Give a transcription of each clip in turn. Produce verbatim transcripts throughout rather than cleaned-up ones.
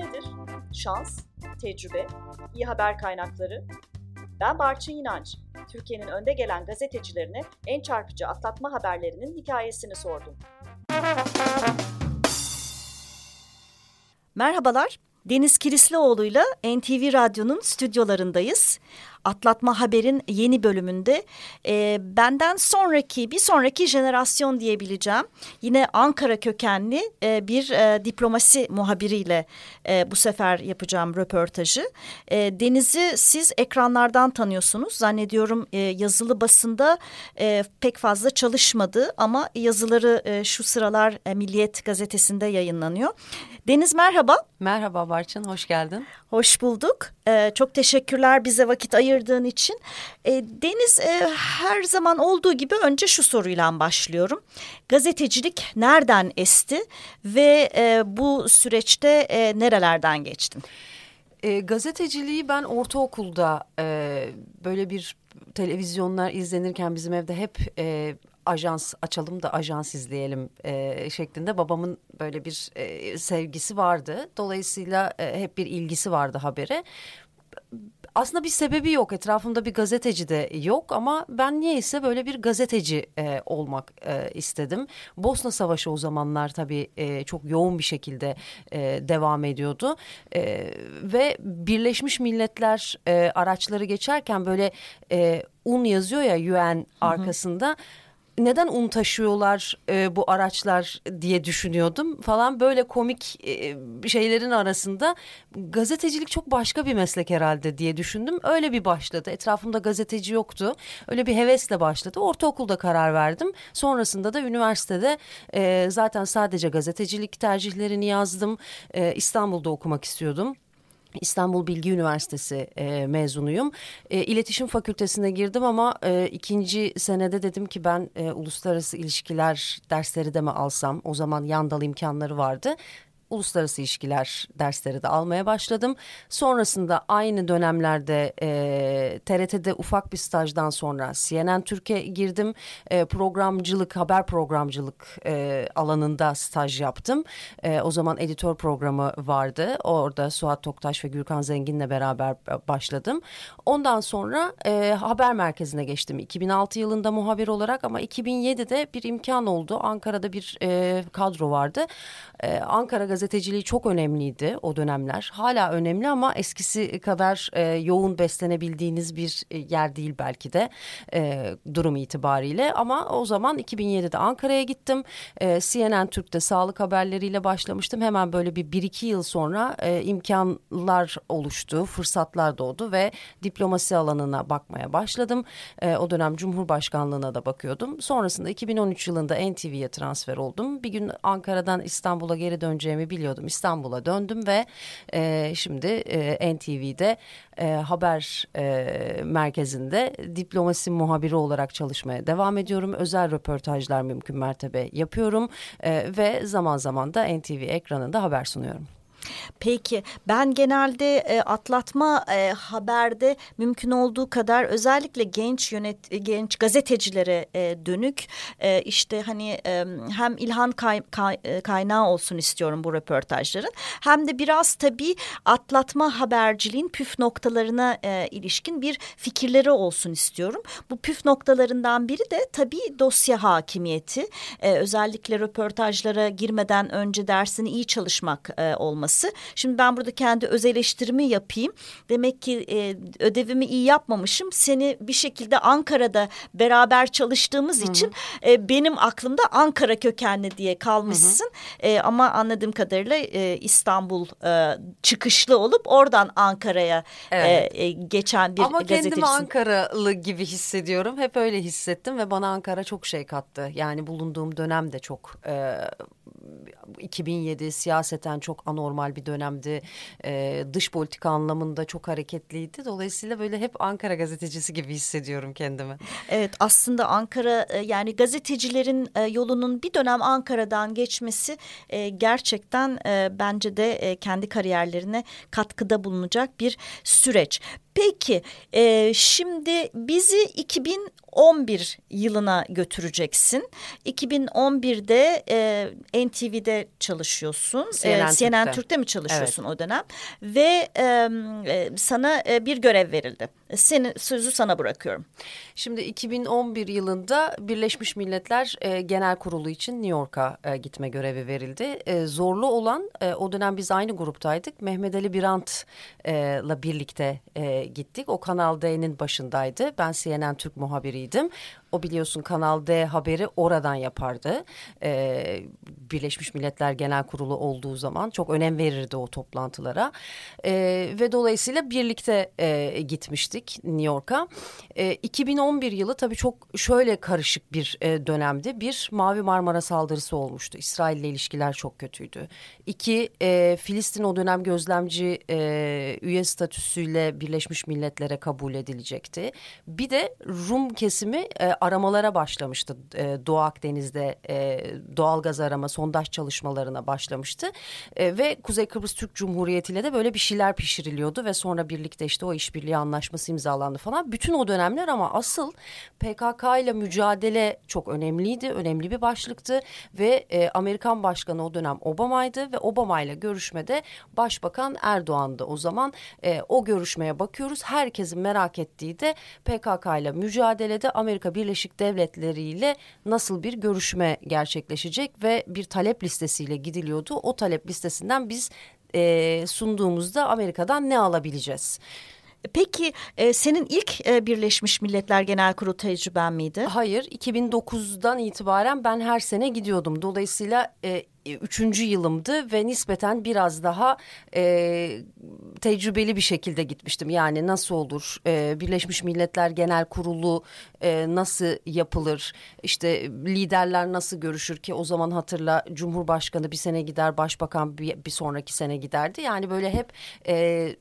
nedir? Şans, tecrübe, iyi haber kaynakları. Ben Barçın İnanç. Türkiye'nin önde gelen gazetecilerine en çarpıcı atlatma haberlerinin hikayesini sordum. Merhabalar, Deniz Kilislioğlu'yla N T V Radyo'nun stüdyolarındayız. Atlatma Haber'in yeni bölümünde e, benden sonraki bir sonraki jenerasyon diyebileceğim yine Ankara kökenli e, bir e, diplomasi muhabiriyle e, bu sefer yapacağım röportajı. E, Deniz'i siz ekranlardan tanıyorsunuz. Zannediyorum e, yazılı basında e, pek fazla çalışmadı ama yazıları e, şu sıralar e, Milliyet gazetesinde yayınlanıyor. Deniz merhaba. Merhaba Barçın, hoş geldin. Hoş bulduk. Ee, çok teşekkürler bize vakit ayırdığın için. Ee, Deniz, e, her zaman olduğu gibi önce şu soruyla başlıyorum. Gazetecilik nereden esti ve e, bu süreçte e, nerelerden geçtin? E, gazeteciliği ben ortaokulda e, böyle bir televizyonlar izlenirken bizim evde hep... E, ajans açalım da ajans izleyelim e, şeklinde babamın böyle bir e, sevgisi vardı. Dolayısıyla e, hep bir ilgisi vardı habere. Aslında bir sebebi yok. Etrafımda bir gazeteci de yok ama ben niyeyse böyle bir gazeteci e, olmak e, istedim. Bosna Savaşı o zamanlar tabii e, çok yoğun bir şekilde e, devam ediyordu. E, ve Birleşmiş Milletler e, araçları geçerken böyle e, Un yazıyor ya U N arkasında. Hı hı. Neden un taşıyorlar e, bu araçlar diye düşünüyordum falan, böyle komik e, şeylerin arasında gazetecilik çok başka bir meslek herhalde diye düşündüm. Öyle bir başladı. Etrafımda gazeteci yoktu. Öyle bir hevesle başladı. Ortaokulda karar verdim. Sonrasında da üniversitede e, zaten sadece gazetecilik tercihlerini yazdım. E, İstanbul'da okumak istiyordum. İstanbul Bilgi Üniversitesi e, mezunuyum. E, İletişim Fakültesine girdim ama e, ikinci senede dedim ki ben e, uluslararası ilişkiler dersleri de mi alsam? O zaman yan dal imkanları vardı. Uluslararası ilişkiler dersleri de almaya başladım. Sonrasında aynı dönemlerde e, T R T'de ufak bir stajdan sonra C N N Türk'e girdim. E, programcılık, haber programcılık e, alanında staj yaptım. E, o zaman editör programı vardı. Orada Suat Toktaş ve Gürkan Zengin'le beraber başladım. Ondan sonra e, haber merkezine geçtim. iki bin altı yılında muhabir olarak ama iki bin yedide bir imkan oldu. Ankara'da bir e, kadro vardı. E, Ankara gazeteciliği çok önemliydi o dönemler. Hala önemli ama eskisi kadar e, yoğun beslenebildiğiniz bir e, yer değil belki de e, durum itibariyle. Ama o zaman iki bin yedide Ankara'ya gittim. E, C N N Türk'te sağlık haberleriyle başlamıştım. Hemen böyle bir bir iki yıl sonra e, imkanlar oluştu, fırsatlar doğdu ve diplomasi alanına bakmaya başladım. E, o dönem Cumhurbaşkanlığına da bakıyordum. Sonrasında iki bin on üç yılında N T V'ye transfer oldum. Bir gün Ankara'dan İstanbul'a geri döneceğimi biliyordum. İstanbul'a döndüm ve e, şimdi e, N T V'de e, haber e, merkezinde diplomasi muhabiri olarak çalışmaya devam ediyorum. Özel röportajlar mümkün mertebe yapıyorum e, ve zaman zaman da N T V ekranında haber sunuyorum. Peki, ben genelde e, atlatma e, haberde mümkün olduğu kadar özellikle genç yönet genç gazetecilere e, dönük e, işte hani e, hem ilham kay, kay, kaynağı olsun istiyorum bu röportajların, hem de biraz tabii atlatma haberciliğin püf noktalarına e, ilişkin bir fikirleri olsun istiyorum. Bu püf noktalarından biri de tabii dosya hakimiyeti. E, özellikle röportajlara girmeden önce dersini iyi çalışmak e, olması. Şimdi ben burada kendi öz eleştirimi yapayım. Demek ki e, ödevimi iyi yapmamışım. Seni bir şekilde Ankara'da beraber çalıştığımız Hı-hı. için e, benim aklımda Ankara kökenli diye kalmışsın. E, ama anladığım kadarıyla e, İstanbul e, çıkışlı olup oradan Ankara'ya evet. e, geçen bir ama gazetecisin. Ama kendimi Ankaralı gibi hissediyorum. Hep öyle hissettim ve bana Ankara çok şey kattı. Yani bulunduğum dönem de çok... E, iki bin yedi siyaseten çok anormal bir dönemdi. Ee, dış politika anlamında çok hareketliydi. Dolayısıyla böyle hep Ankara gazetecisi gibi hissediyorum kendimi. Evet, aslında Ankara, yani gazetecilerin yolunun bir dönem Ankara'dan geçmesi gerçekten bence de kendi kariyerlerine katkıda bulunacak bir süreç. Peki, e, şimdi bizi iki bin on bir yılına götüreceksin. iki bin on birde e, N T V'de çalışıyorsun. C N N, e, C N N Türk'te. Türk'te mi çalışıyorsun Evet. o dönem? Ve e, e, sana e, bir görev verildi. Senin sözü sana bırakıyorum. Şimdi iki bin on bir yılında Birleşmiş Milletler e, Genel Kurulu için New York'a e, gitme görevi verildi. E, zorlu olan e, o dönem biz aynı gruptaydık. Mehmet Ali Birant'la birlikte e, gittik. O Kanal D'nin başındaydı. Ben C N N Türk muhabiriydim. O biliyorsun Kanal D haberi oradan yapardı. Ee, Birleşmiş Milletler Genel Kurulu olduğu zaman çok önem verirdi o toplantılara. Ee, ve dolayısıyla birlikte e, gitmiştik New York'a. Ee, iki bin on bir yılı tabii çok şöyle karışık bir e, dönemdi. Bir, Mavi Marmara saldırısı olmuştu. İsrail ile ilişkiler çok kötüydü. İki, e, Filistin o dönem gözlemci e, üye statüsüyle Birleşmiş Milletler'e kabul edilecekti. Bir de Rum kesimi e, aramalara başlamıştı. E, Doğu Akdeniz'de e, doğalgaz arama, sondaj çalışmalarına başlamıştı. E, ve Kuzey Kıbrıs Türk Cumhuriyeti ile de böyle bir şeyler pişiriliyordu ve sonra birlikte işte o işbirliği anlaşması imzalandı falan. Bütün o dönemler ama asıl P K K ile mücadele çok önemliydi. Önemli bir başlıktı ve e, Amerikan Başkanı o dönem Obama'ydı ve Obama ile görüşmede Başbakan Erdoğan'dı o zaman. E, o görüşmeye bakıyoruz. Herkesin merak ettiği de P K K ile mücadelede Amerika Birleşik Devletleri ile nasıl bir görüşme gerçekleşecek ve bir talep listesiyle gidiliyordu. O talep listesinden biz e, sunduğumuzda Amerika'dan ne alabileceğiz? Peki e, senin ilk e, Birleşmiş Milletler Genel Kurulu tecrüben miydi? Hayır, iki bin dokuzdan itibaren ben her sene gidiyordum. Dolayısıyla e, üçüncü yılımdı ve nispeten biraz daha e, tecrübeli bir şekilde gitmiştim. Yani nasıl olur, e, Birleşmiş Milletler Genel Kurulu e, nasıl yapılır, işte liderler nasıl görüşür ki o zaman hatırla Cumhurbaşkanı bir sene gider, Başbakan bir, bir sonraki sene giderdi. Yani böyle hep e,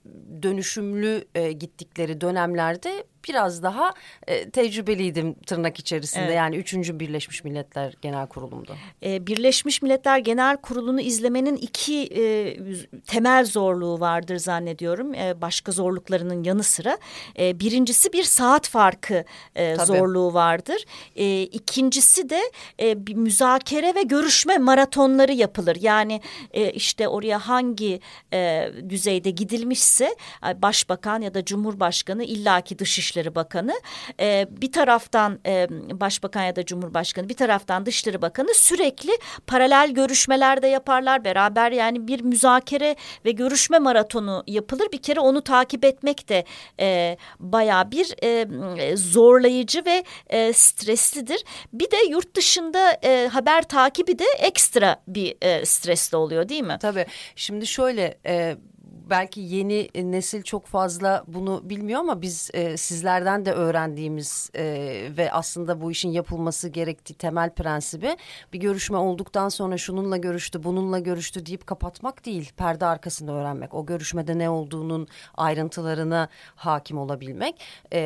dönüşümlü e, gittikleri dönemlerde biraz daha e, tecrübeliydim tırnak içerisinde. Evet. Yani üçüncü Birleşmiş Milletler Genel Kurulu'mdu. Ee, Birleşmiş Milletler Genel Kurulu'nu izlemenin iki e, temel zorluğu vardır zannediyorum. E, başka zorluklarının yanı sıra. E, birincisi bir saat farkı e, zorluğu vardır. E, ikincisi de e, bir müzakere ve görüşme maratonları yapılır. Yani e, işte oraya hangi e, düzeyde gidilmişse Başbakan ya da Cumhurbaşkanı illaki Dışişleri Bakanı e, bir taraftan e, Başbakan ya da Cumhurbaşkanı bir taraftan Dışişleri Bakanı sürekli paralel görüşmeler de yaparlar beraber, yani bir müzakere ve görüşme maratonu yapılır. Bir kere onu takip etmek de e, bayağı bir e, zorlayıcı ve e, streslidir. Bir de yurt dışında e, haber takibi de ekstra bir e, stresli oluyor, değil mi? Tabii. Şimdi şöyle e, belki yeni nesil çok fazla bunu bilmiyor ama biz e, sizlerden de öğrendiğimiz e, ve aslında bu işin yapılması gerektiği temel prensibi bir görüşme olduktan sonra şununla görüştü, bununla görüştü deyip kapatmak değil. Perde arkasında öğrenmek. O görüşmede ne olduğunun ayrıntılarına hakim olabilmek.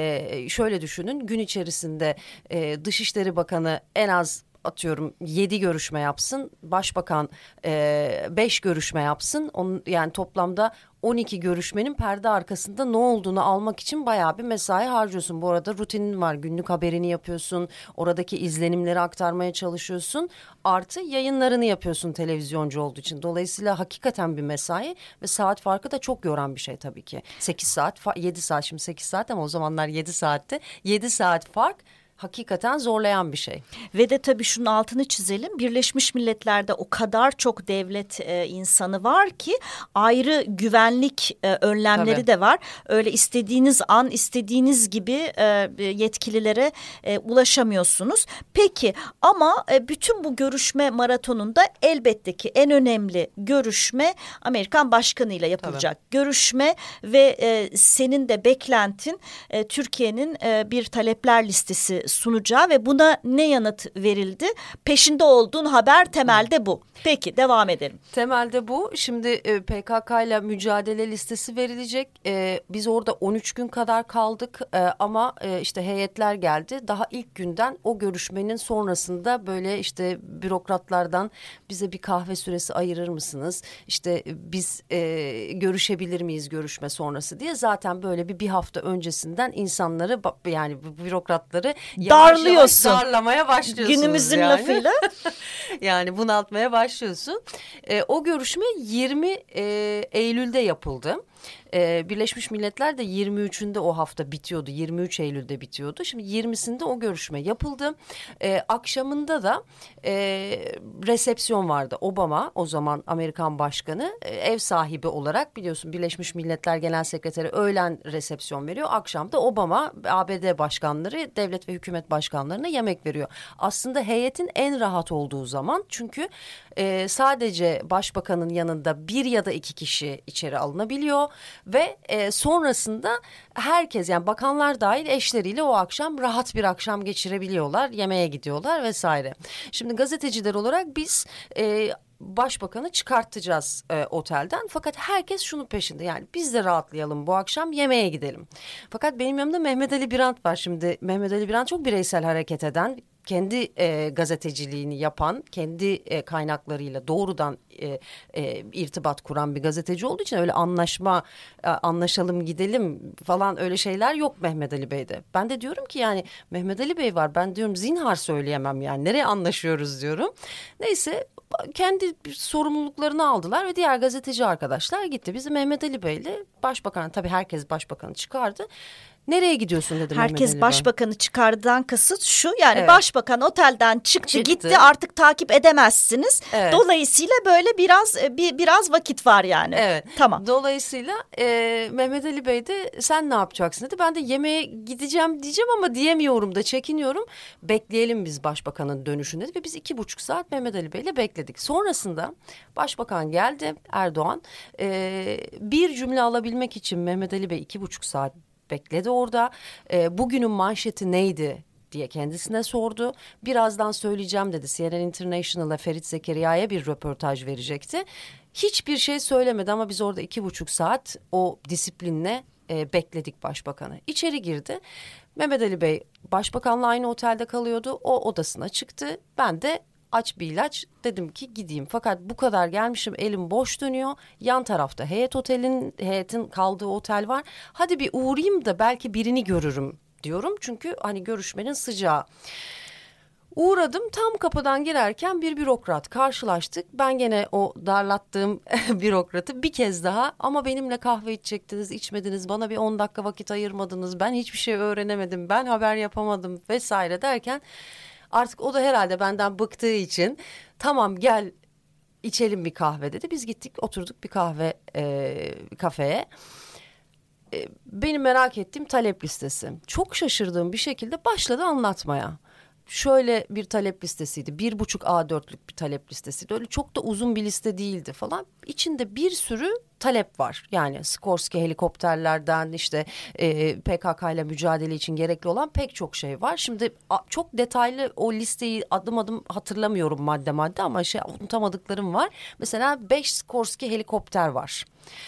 E, şöyle düşünün, gün içerisinde e, Dışişleri Bakanı en az atıyorum yedi görüşme yapsın, başbakan e, beş görüşme yapsın. Onun, yani toplamda on iki görüşmenin perde arkasında ne olduğunu almak için bayağı bir mesai harcıyorsun. Bu arada rutinin var, günlük haberini yapıyorsun, oradaki izlenimleri aktarmaya çalışıyorsun. Artı yayınlarını yapıyorsun televizyoncu olduğu için. Dolayısıyla hakikaten bir mesai ve saat farkı da çok yoran bir şey tabii ki. sekiz saat, yedi saat, şimdi sekiz saat ama o zamanlar yedi saatte. yedi saat fark hakikaten zorlayan bir şey. Ve de tabii şunun altını çizelim. Birleşmiş Milletler'de o kadar çok devlet e, insanı var ki ayrı güvenlik e, önlemleri tabii. de var. Öyle istediğiniz an istediğiniz gibi e, yetkililere e, ulaşamıyorsunuz. Peki ama e, bütün bu görüşme maratonunda elbette ki en önemli görüşme Amerikan Başkanı ile yapılacak tabii. görüşme ve e, senin de beklentin e, Türkiye'nin e, bir talepler listesi sunacağı ve buna ne yanıt verildi? Peşinde olduğun haber temelde bu. Peki devam edelim. Temelde bu. Şimdi e, P K K ile mücadele listesi verilecek. E, biz orada on üç gün kadar kaldık e, ama e, işte heyetler geldi. Daha ilk günden o görüşmenin sonrasında böyle işte bürokratlardan bize bir kahve süresi ayırır mısınız? İşte biz e, görüşebilir miyiz görüşme sonrası diye zaten böyle bir bir hafta öncesinden insanları yani bürokratları darlıyorsun. Yavaş yavaş darlamaya başlıyorsunuz günümüzün yani. lafıyla. Yani bunaltmaya başlıyorsun. E, o görüşme yirmi e, Eylül'de yapıldı. Ee, Birleşmiş Milletler de yirmi üçünde o hafta bitiyordu. yirmi üç Eylül'de bitiyordu. Şimdi yirmisinde o görüşme yapıldı. Ee, akşamında da e, resepsiyon vardı. Obama, o zaman Amerikan Başkanı, e, ev sahibi olarak, biliyorsun Birleşmiş Milletler Genel Sekreteri öğlen resepsiyon veriyor. Akşam da Obama A B D başkanları, devlet ve hükümet başkanlarına yemek veriyor. Aslında heyetin en rahat olduğu zaman, çünkü e, sadece başbakanın yanında bir ya da iki kişi içeri alınabiliyor. Ve e, sonrasında herkes, yani bakanlar dahil, eşleriyle o akşam rahat bir akşam geçirebiliyorlar. Yemeğe gidiyorlar vesaire. Şimdi gazeteciler olarak biz e, başbakanı çıkartacağız e, otelden. Fakat herkes şunun peşinde, yani biz de rahatlayalım, bu akşam yemeğe gidelim. Fakat benim yanımda Mehmet Ali Birant var. Şimdi Mehmet Ali Birant çok bireysel hareket eden, kendi e, gazeteciliğini yapan, kendi e, kaynaklarıyla doğrudan e, e, irtibat kuran bir gazeteci olduğu için öyle anlaşma, e, anlaşalım gidelim falan öyle şeyler yok Mehmet Ali Bey'de. Ben de diyorum ki yani Mehmet Ali Bey var, ben diyorum zinhar söyleyemem, yani nereye anlaşıyoruz diyorum. Neyse, kendi sorumluluklarını aldılar ve diğer gazeteci arkadaşlar gitti. Biz Mehmet Ali Bey'le başbakan, tabii herkes başbakanı çıkardı. Nereye gidiyorsun dedi Mehmet Ali Herkes Bey. başbakanı çıkardıdan kasıt şu, yani Evet. başbakan otelden çıktı, Çıktı. gitti, artık takip edemezsiniz. Evet. Dolayısıyla böyle biraz bir biraz vakit var yani. Evet. Tamam. Dolayısıyla e, Mehmet Ali Bey de sen ne yapacaksın dedi. Ben de yemeğe gideceğim diyeceğim ama diyemiyorum da çekiniyorum. Bekleyelim biz başbakanın dönüşünü dedi ve biz iki buçuk saat Mehmet Ali Bey'le bekledik. Sonrasında başbakan geldi, Erdoğan. E, bir cümle alabilmek için Mehmet Ali Bey iki buçuk saat bekledi orada. E, bugünün manşeti neydi diye kendisine sordu. Birazdan söyleyeceğim dedi. C N N International'a Ferit Zekeriya'ya bir röportaj verecekti. Hiçbir şey söylemedi ama biz orada iki buçuk saat o disiplinle e, bekledik başbakanı. İçeri girdi. Mehmet Ali Bey başbakanla aynı otelde kalıyordu. O odasına çıktı. Ben de aç bir ilaç, dedim ki gideyim. Fakat bu kadar gelmişim, elim boş dönüyor. Yan tarafta heyet otelin, heyetin kaldığı otel var. Hadi bir uğrayayım da belki birini görürüm diyorum. Çünkü hani görüşmenin sıcağı. Uğradım, tam kapıdan girerken bir bürokrat karşılaştık. Ben gene o darlattığım bürokratı bir kez daha, ama benimle kahve içecektiniz, içmediniz, bana bir on dakika vakit ayırmadınız, ben hiçbir şey öğrenemedim, ben haber yapamadım vesaire derken artık o da herhalde benden bıktığı için tamam gel içelim bir kahve dedi. Biz gittik, oturduk bir kahve e, kafeye. E, benim merak ettiğim talep listesi. Çok şaşırdığım bir şekilde başladı anlatmaya. Şöyle bir talep listesiydi. Bir buçuk A dörtlük bir talep listesiydi. Öyle çok da uzun bir liste değildi falan. İçinde bir sürü talep var. Yani Skorsky helikopterlerden işte e, P K K ile mücadele için gerekli olan pek çok şey var. Şimdi a, çok detaylı o listeyi adım adım hatırlamıyorum madde madde, ama şey unutamadıklarım var. Mesela beş Skorsky helikopter var.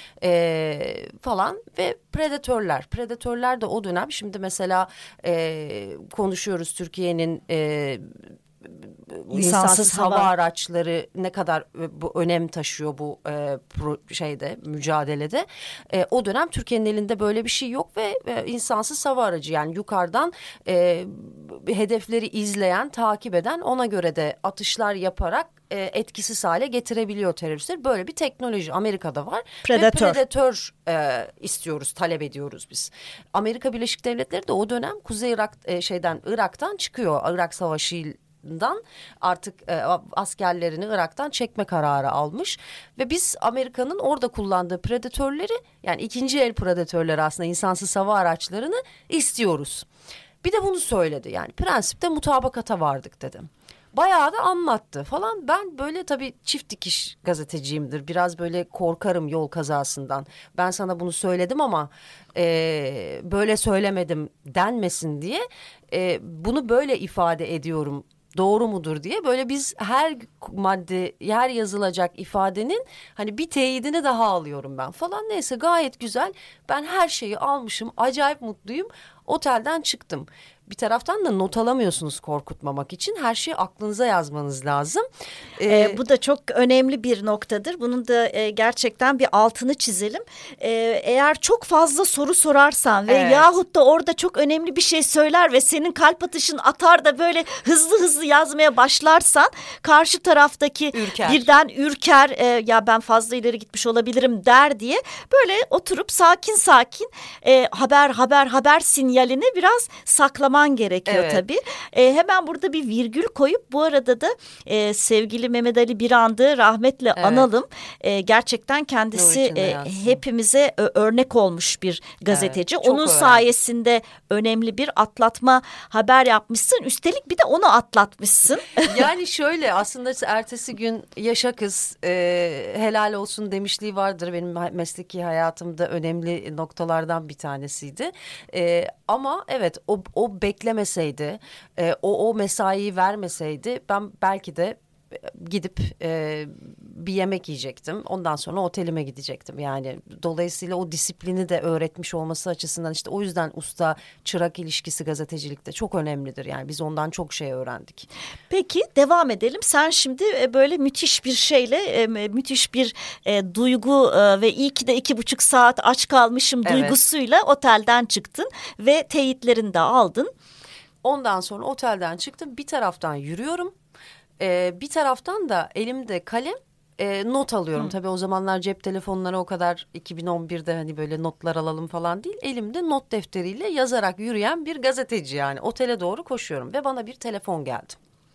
E, falan ve predatörler. Predatörler de o dönem, şimdi mesela e, konuşuyoruz Türkiye'nin e, İnsansız, İnsansız hava. hava araçları ne kadar bu önem taşıyor bu e, pro, şeyde mücadelede. E, o dönem Türkiye'nin elinde böyle bir şey yok ve e, insansız hava aracı, yani yukarıdan e, hedefleri izleyen, takip eden, ona göre de atışlar yaparak e, etkisiz hale getirebiliyor teröristler. Böyle bir teknoloji Amerika'da var. Predatör. Ve predatör e, istiyoruz, talep ediyoruz biz. Amerika Birleşik Devletleri de o dönem Kuzey Irak e, şeyden Irak'tan çıkıyor. Irak Savaşı artık e, askerlerini Irak'tan çekme kararı almış ve biz Amerika'nın orada kullandığı predatörleri, yani ikinci el predatörleri, aslında insansız hava araçlarını istiyoruz. Bir de bunu söyledi, yani prensipte mutabakata vardık dedim. Bayağı da anlattı falan. Ben böyle tabii çift dikiş gazeteciyimdir. Biraz böyle korkarım yol kazasından. Ben sana bunu söyledim ama e, böyle söylemedim denmesin diye e, bunu böyle ifade ediyorum. Doğru mudur diye böyle biz her madde, her yazılacak ifadenin hani bir teyidini daha alıyorum ben falan. Neyse, gayet güzel. Ben her şeyi almışım. Acayip mutluyum. Otelden çıktım. bir taraftan da not alamıyorsunuz korkutmamak için. Her şeyi aklınıza yazmanız lazım. Ee, ee, bu da çok önemli bir noktadır. Bunun da e, gerçekten bir altını çizelim. Ee, eğer çok fazla soru sorarsan ve evet. yahut da orada çok önemli bir şey söyler ve senin kalp atışın atar da böyle hızlı hızlı yazmaya başlarsan karşı taraftaki ürker. birden ürker, e, ya ben fazla ileri gitmiş olabilirim der diye böyle oturup sakin sakin e, haber haber haber sinyalini biraz saklaman gerekiyor evet. tabii. E, hemen burada bir virgül koyup bu arada da e, sevgili Mehmet Ali Birand'ı rahmetle evet. analım. E, gerçekten kendisi e, hepimize örnek olmuş bir gazeteci. Evet, onun önemli. sayesinde önemli bir atlatma haber yapmışsın. Üstelik bir de onu atlatmışsın. Yani şöyle aslında ertesi gün yaşa kız e, helal olsun demişliği vardır. Benim mesleki hayatımda önemli noktalardan bir tanesiydi. E, ama evet o, o beklemeseydi, e, o, o mesaiyi vermeseydi ben belki de gidip e, bir yemek yiyecektim. Ondan sonra otelime gidecektim. Yani dolayısıyla o disiplini de öğretmiş olması açısından işte o yüzden usta çırak ilişkisi gazetecilikte çok önemlidir. Yani biz ondan çok şey öğrendik. Peki devam edelim. Sen şimdi böyle müthiş bir şeyle, müthiş bir e, duygu e, ve iyi ki de iki buçuk saat aç kalmışım evet. duygusuyla otelden çıktın ve teyitlerini de aldın. Ondan sonra otelden çıktım. Bir taraftan yürüyorum. Ee, bir taraftan da elimde kalem e, not alıyorum. Hı. Tabii o zamanlar cep telefonları o kadar iki bin on birde hani böyle notlar alalım falan değil. Elimde not defteriyle yazarak yürüyen bir gazeteci yani. Otele doğru koşuyorum ve bana bir telefon geldi.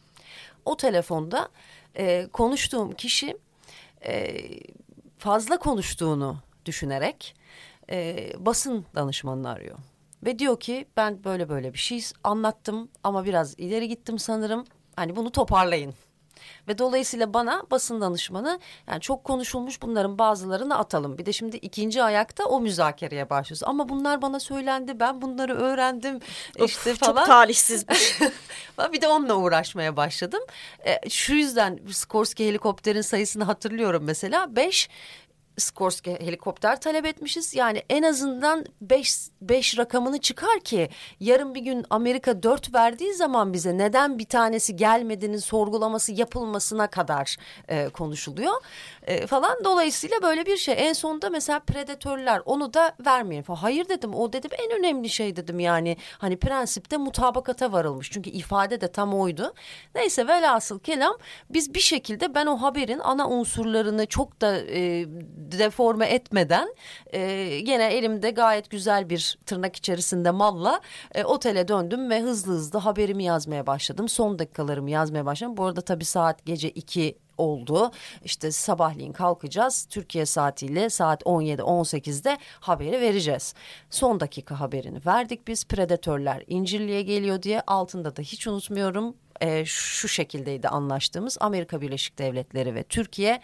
O telefonda e, konuştuğum kişi e, fazla konuştuğunu düşünerek e, basın danışmanını arıyor. Ve diyor ki ben böyle böyle bir şey anlattım ama biraz ileri gittim sanırım. Hani bunu toparlayın. Ve dolayısıyla bana basın danışmanı yani çok konuşulmuş bunların bazılarını atalım. Bir de şimdi ikinci ayakta o müzakereye başlıyoruz. Ama bunlar bana söylendi ben bunları öğrendim of, işte falan. Çok talihsizmiş. Bir de onunla uğraşmaya başladım. E, şu yüzden Skorsky helikopterin sayısını hatırlıyorum mesela beş. Skorsky helikopter talep etmişiz. Yani en azından beş, beş rakamını çıkar ki yarın bir gün Amerika dört verdiği zaman bize neden bir tanesi gelmediğinin sorgulaması yapılmasına kadar e, konuşuluyor e, falan. Dolayısıyla böyle bir şey. En sonunda mesela Predatörler onu da vermeyin falan. Hayır dedim o dedim en önemli şey dedim yani. Hani prensipte mutabakata varılmış. Çünkü ifade de tam oydu. Neyse velhasıl kelam biz bir şekilde ben o haberin ana unsurlarını çok da e, deforme etmeden e, gene elimde gayet güzel bir tırnak içerisinde malla e, otele döndüm ve hızlı hızlı haberimi yazmaya başladım. Son dakikalarımı yazmaya başladım. Bu arada tabii saat gece iki oldu. İşte sabahleyin kalkacağız. Türkiye saatiyle saat on yedi on sekizde haberi vereceğiz. Son dakika haberini verdik biz. Predatörler İncirli'ye geliyor diye altında da hiç unutmuyorum. E, şu şekildeydi anlaştığımız Amerika Birleşik Devletleri ve Türkiye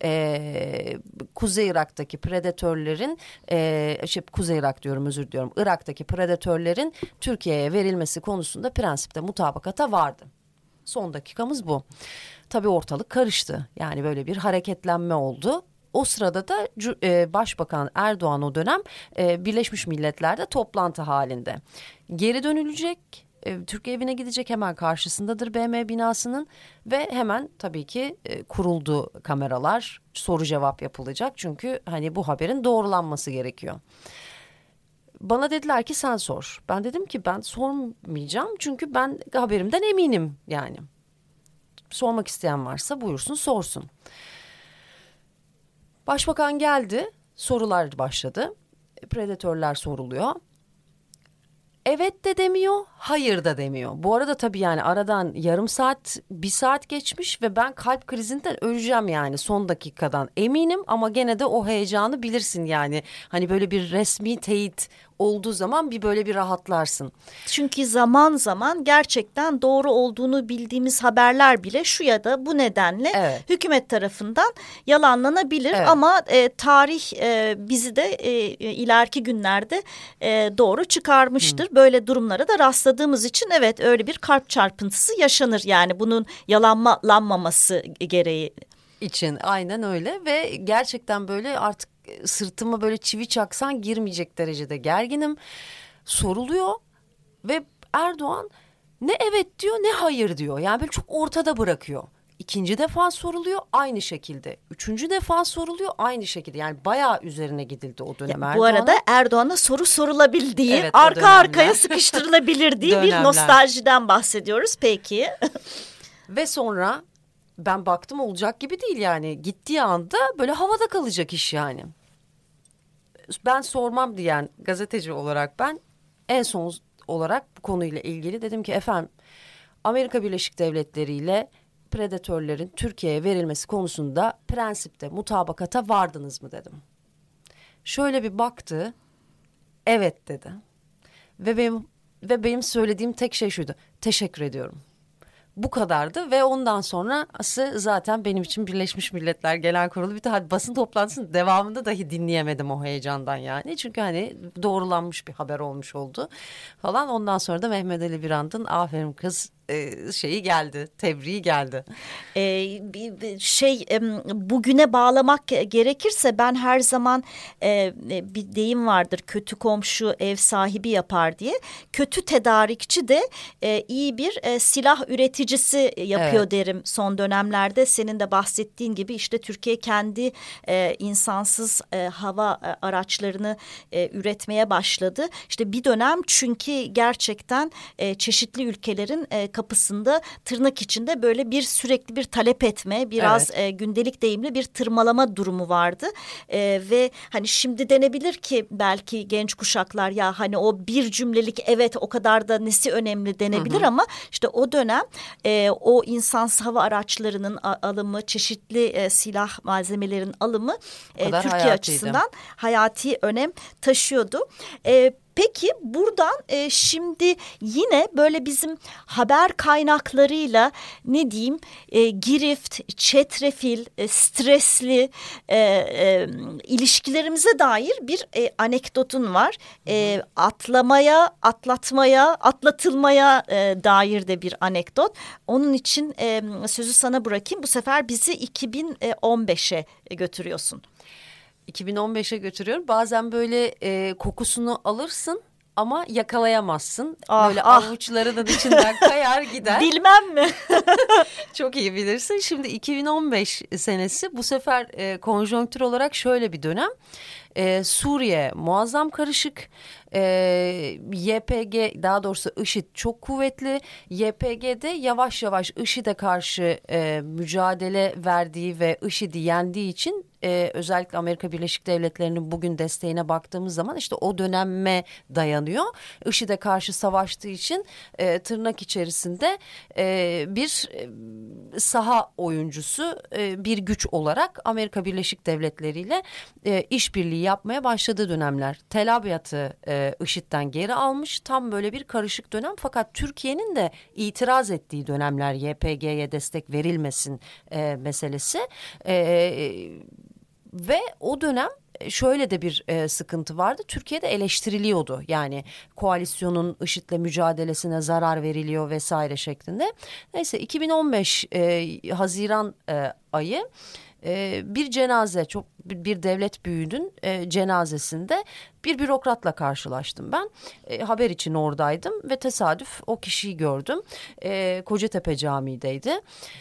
e, Kuzey Irak'taki predatörlerin e, şey, Kuzey Irak diyorum özür diliyorum Irak'taki predatörlerin Türkiye'ye verilmesi konusunda prensipte mutabakata vardı. Son dakikamız bu. Tabii ortalık karıştı yani böyle bir hareketlenme oldu. O sırada da e, Başbakan Erdoğan o dönem e, Birleşmiş Milletler'de toplantı halinde. Geri dönülecek. Türkiye evine gidecek hemen karşısındadır B M binasının ve hemen tabii ki e, kuruldu kameralar soru cevap yapılacak çünkü hani bu haberin doğrulanması gerekiyor. Bana dediler ki sen sor. Ben dedim ki ben sormayacağım çünkü ben haberimden eminim yani. Sormak isteyen varsa buyursun sorsun. Başbakan geldi sorular başladı predatörler soruluyor. Evet de demiyor, hayır da demiyor. Bu arada tabii yani aradan yarım saat, bir saat geçmiş ve ben kalp krizinden öleceğim yani son dakikadan eminim ama gene de o heyecanı bilirsin yani. Hani böyle bir resmi teyit olduğu zaman bir böyle bir rahatlarsın. Çünkü zaman zaman gerçekten doğru olduğunu bildiğimiz haberler bile şu ya da bu nedenle evet. hükümet tarafından yalanlanabilir. Evet. Ama e, tarih e, bizi de e, ileriki günlerde e, doğru çıkarmıştır. Hı. Böyle durumlara da rastladığımız için evet öyle bir kalp çarpıntısı yaşanır. Yani bunun yalanlanmaması gereği. için aynen öyle ve gerçekten böyle artık sırtıma böyle çivi çaksan girmeyecek derecede gerginim. Soruluyor ve Erdoğan ne evet diyor ne hayır diyor. Yani böyle çok ortada bırakıyor. İkinci defa soruluyor aynı şekilde. Üçüncü defa soruluyor aynı şekilde. Yani bayağı üzerine gidildi o dönem Ya, Erdoğan'a. bu arada Erdoğan'a soru sorulabildiği, evet, arka arkaya sıkıştırılabilirdiği bir nostaljiden bahsediyoruz. Peki. Ve sonra ben baktım olacak gibi değil yani. Gittiği anda böyle havada kalacak iş yani. Ben sormam diyen gazeteci olarak ben en son olarak bu konuyla ilgili dedim ki efendim Amerika Birleşik Devletleri ile predatörlerin Türkiye'ye verilmesi konusunda prensipte mutabakata vardınız mı dedim. Şöyle bir baktı, evet dedi. Ve benim ve benim söylediğim tek şey şuydu: teşekkür ediyorum. Bu kadardı ve ondan sonrası zaten benim için Birleşmiş Milletler Genel Kurulu bir de basın toplantısının devamında dahi dinleyemedim o heyecandan yani. Çünkü hani doğrulanmış bir haber olmuş oldu falan. Ondan sonra da Mehmet Ali Birand'ın aferin kız e, şeyi geldi, tebriği geldi. Ee, bir şey bugüne bağlamak gerekirse ben her zaman e, bir deyim vardır, kötü komşu ev sahibi yapar diye. Kötü tedarikçi de e, iyi bir e, silah üreticisi yapıyor evet. derim son dönemlerde. Senin de bahsettiğin gibi işte Türkiye kendi e, insansız e, hava e, araçlarını e, üretmeye başladı. İşte bir dönem çünkü gerçekten e, çeşitli ülkelerin e, kapısında tırnak içinde böyle bir sürekli bir talep etme, biraz evet. e, gündelik deyimli bir tırmalama durumu vardı. E, ve hani şimdi denebilir ki belki genç kuşaklar ya hani o bir cümlelik evet o kadar da nesi önemli denebilir, hı hı. ama işte o dönem e, o insansız hava araçlarının alımı, çeşitli e, silah malzemelerin alımı e, Türkiye hayatiydi. açısından hayati önem taşıyordu. E, Peki buradan e, şimdi yine böyle bizim haber kaynaklarıyla ne diyeyim e, girift, çetrefil, e, stresli e, e, ilişkilerimize dair bir e, anekdotun var. E, atlamaya, atlatmaya, atlatılmaya e, dair de bir anekdot. Onun için e, sözü sana bırakayım. Bu sefer bizi iki bin on beşe götürüyorsun. iki bin on beşe götürüyorum. Bazen böyle e, kokusunu alırsın ama yakalayamazsın. Ah, böyle ah. avuçlarının içinden kayar gider. Bilmem mi? Çok iyi bilirsin. Şimdi iki bin on beş senesi bu sefer e, konjonktür olarak şöyle bir dönem. Ee, Suriye muazzam karışık. Ee, Y P G, daha doğrusu IŞİD çok kuvvetli. Y P G'de yavaş yavaş IŞİD'e karşı e, mücadele verdiği ve IŞİD'i yendiği için e, özellikle Amerika Birleşik Devletleri'nin bugün desteğine baktığımız zaman işte o döneme dayanıyor. IŞİD'e karşı savaştığı için e, tırnak içerisinde e, bir e, saha oyuncusu, e, bir güç olarak Amerika Birleşik Devletleri ile e, işbirliği yapmaya başladığı dönemler. Tel Abyad'ı e, IŞİD'den geri almış. Tam böyle bir karışık dönem. Fakat Türkiye'nin de itiraz ettiği dönemler, Y P G'ye destek verilmesin e, meselesi. E, ve o dönem şöyle de bir e, sıkıntı vardı. Türkiye'de eleştiriliyordu. Yani koalisyonun IŞİD'le mücadelesine zarar veriliyor vesaire şeklinde. Neyse iki bin on beş e, Haziran e, ayı Ee, bir cenaze, çok bir devlet büyüğünün e, cenazesinde bir bürokratla karşılaştım ben. E, haber için oradaydım ve tesadüf o kişiyi gördüm. E, Kocatepe Camii'deydi.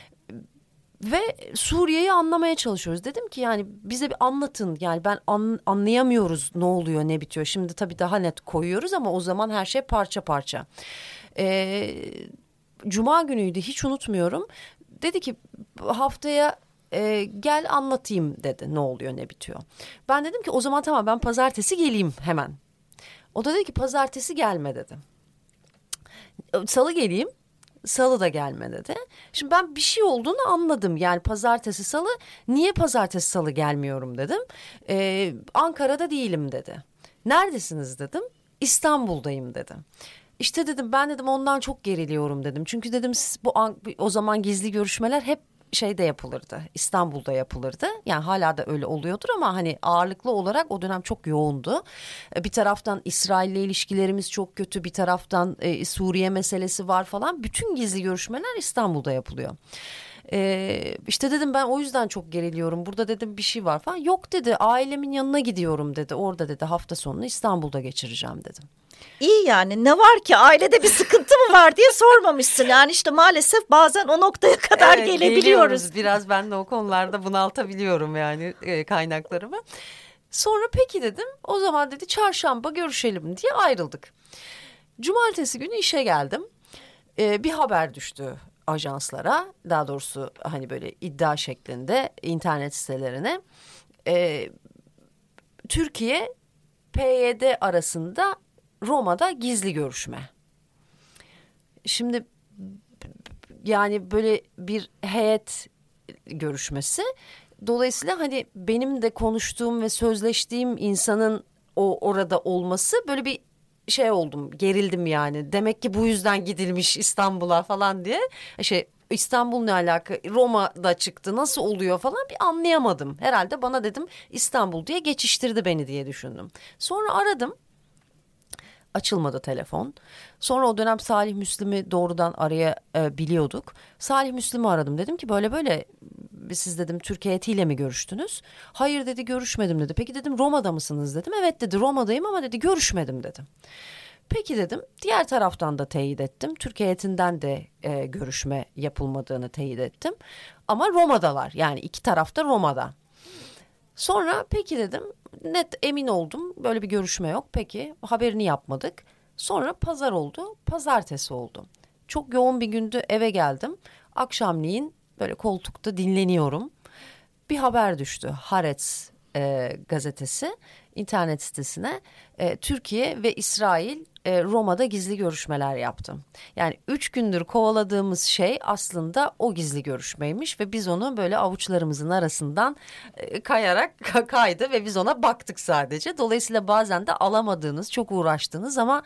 Ve Suriye'yi anlamaya çalışıyoruz. Dedim ki yani bize bir anlatın. Yani ben an, anlayamıyoruz ne oluyor ne bitiyor. Şimdi tabii daha net koyuyoruz ama o zaman her şey parça parça. E, Cuma günüydü, hiç unutmuyorum. Dedi ki haftaya E, gel anlatayım dedi, ne oluyor ne bitiyor. Ben dedim ki o zaman tamam, ben pazartesi geleyim hemen. O da dedi ki pazartesi gelme dedi. Salı geleyim. Salı da gelme dedi. Şimdi ben bir şey olduğunu anladım. Yani pazartesi salı, niye pazartesi salı gelmiyorum dedim. Ee, Ankara'da değilim dedi. Neredesiniz dedim. İstanbul'dayım dedi. İşte dedim ben dedim ondan çok geriliyorum dedim. Çünkü dedim bu o zaman gizli görüşmeler hep şeyde yapılırdı, İstanbul'da yapılırdı. Yani hala da öyle oluyordur ama hani ağırlıklı olarak o dönem çok yoğundu. Bir taraftan İsrail'le ilişkilerimiz çok kötü, bir taraftan e, Suriye meselesi var falan. Bütün gizli görüşmeler İstanbul'da yapılıyor. Ee, işte dedim ben o yüzden çok geriliyorum. Burada dedim bir şey var falan. Yok dedi, ailemin yanına gidiyorum dedi. Orada dedi hafta sonunu İstanbul'da geçireceğim dedim. İyi yani, ne var ki, ailede bir sıkıntı mı var diye sormamışsın. Yani işte maalesef bazen o noktaya kadar Evet, gelebiliyoruz. geliyoruz. Biraz ben de o konularda bunaltabiliyorum yani e, kaynaklarımı. Sonra peki dedim, o zaman dedi çarşamba görüşelim diye ayrıldık. Cumartesi günü işe geldim. Ee, bir haber düştü ajanslara, daha doğrusu hani böyle iddia şeklinde internet sitelerine. Ee, Türkiye P Y D arasında Roma'da gizli görüşme. Şimdi yani böyle bir heyet görüşmesi. Dolayısıyla hani benim de konuştuğum ve sözleştiğim insanın o orada olması, böyle bir şey oldum, gerildim yani. Demek ki bu yüzden gidilmiş İstanbul'a falan diye. Şey, İstanbul ne alaka? Roma'da çıktı, nasıl oluyor falan, bir anlayamadım. Herhalde bana dedim İstanbul diye geçiştirdi beni diye düşündüm. Sonra aradım. Açılmadı telefon. Sonra o dönem Salih Müslim'i doğrudan arayabiliyorduk. Salih Müslim'i aradım. Dedim ki böyle böyle siz dedim Türk heyetiyle mi görüştünüz? Hayır dedi, görüşmedim dedi. Peki dedim Roma'da mısınız dedim. Evet dedi, Roma'dayım ama dedi görüşmedim dedim. Peki dedim, diğer taraftan da teyit ettim. Türk heyetinden de e, görüşme yapılmadığını teyit ettim. Ama Roma'dalar, yani iki taraf da Roma'da. Sonra peki dedim, net emin oldum böyle bir görüşme yok. Peki, haberini yapmadık. Sonra pazar oldu, pazartesi oldu. Çok yoğun bir gündü, eve geldim. Akşamleyin böyle koltukta dinleniyorum. Bir haber düştü, Haaretz e, gazetesi internet sitesine. E, Türkiye ve İsrail e, Roma'da gizli görüşmeler yaptı. Yani üç gündür kovaladığımız şey aslında o gizli görüşmeymiş ve biz onu böyle avuçlarımızın arasından e, kayarak kaydı ve biz ona baktık sadece. Dolayısıyla bazen de alamadığınız, çok uğraştığınız ama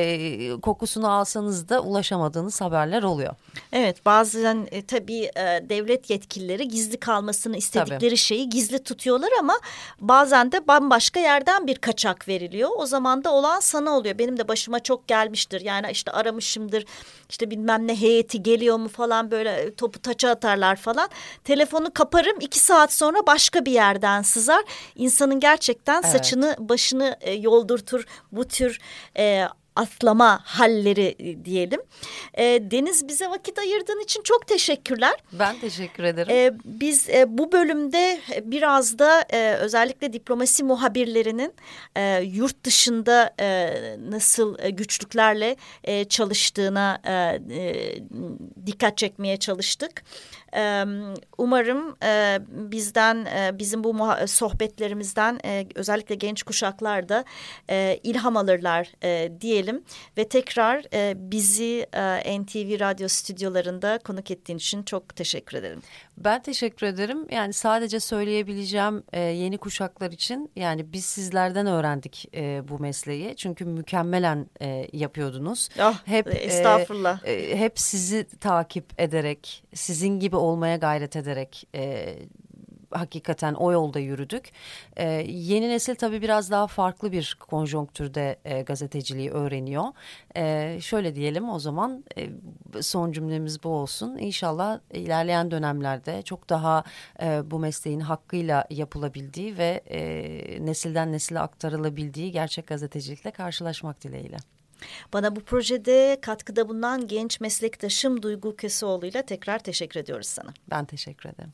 e, kokusunu alsanız da ulaşamadığınız haberler oluyor. Evet, bazen e, tabii e, devlet yetkilileri gizli kalmasını istedikleri tabii. şeyi gizli tutuyorlar ama bazen de bambaşka yerden bir kaçak veriliyor. O zaman da olan sana oluyor. Benim de başıma çok gelmiştir. Yani işte aramışımdır, işte bilmem ne heyeti geliyor mu falan, böyle topu taça atarlar falan. Telefonu kaparım, iki saat sonra başka bir yerden sızar. İnsanın gerçekten evet. saçını başını e, yoldurtur bu tür e, atlama halleri diyelim. E, Deniz, bize vakit ayırdığın için çok teşekkürler. Ben teşekkür ederim. E, biz e, bu bölümde biraz da e, özellikle diplomasi muhabirlerinin e, yurt dışında e, nasıl e, güçlüklerle e, çalıştığına e, e, dikkat çekmeye çalıştık. E, umarım e, bizden, e, bizim bu sohbetlerimizden e, özellikle genç kuşaklar da e, ilham alırlar e, diyelim. Ve tekrar e, bizi e, N T V Radyo stüdyolarında konuk ettiğin için çok teşekkür ederim. Ben teşekkür ederim. Yani sadece söyleyebileceğim e, yeni kuşaklar için, yani biz sizlerden öğrendik e, bu mesleği. Çünkü mükemmelen e, yapıyordunuz. Oh, hep estağfurullah. E, e, hep sizi takip ederek, sizin gibi olmaya gayret ederek e, hakikaten o yolda yürüdük. Ee, yeni nesil tabii biraz daha farklı bir konjonktürde e, gazeteciliği öğreniyor. Ee, şöyle diyelim o zaman, e, son cümlemiz bu olsun. İnşallah ilerleyen dönemlerde çok daha e, bu mesleğin hakkıyla yapılabildiği ve e, nesilden nesile aktarılabildiği gerçek gazetecilikle karşılaşmak dileğiyle. Bana bu projede katkıda bulunan genç meslektaşım Duygu Köseoğlu ile tekrar teşekkür ediyoruz sana. Ben teşekkür ederim.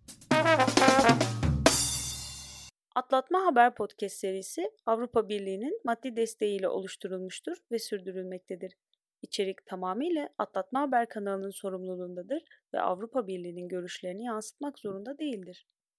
Atlatma Haber Podcast serisi Avrupa Birliği'nin maddi desteğiyle oluşturulmuştur ve sürdürülmektedir. İçerik tamamıyla Atlatma Haber kanalının sorumluluğundadır ve Avrupa Birliği'nin görüşlerini yansıtmak zorunda değildir.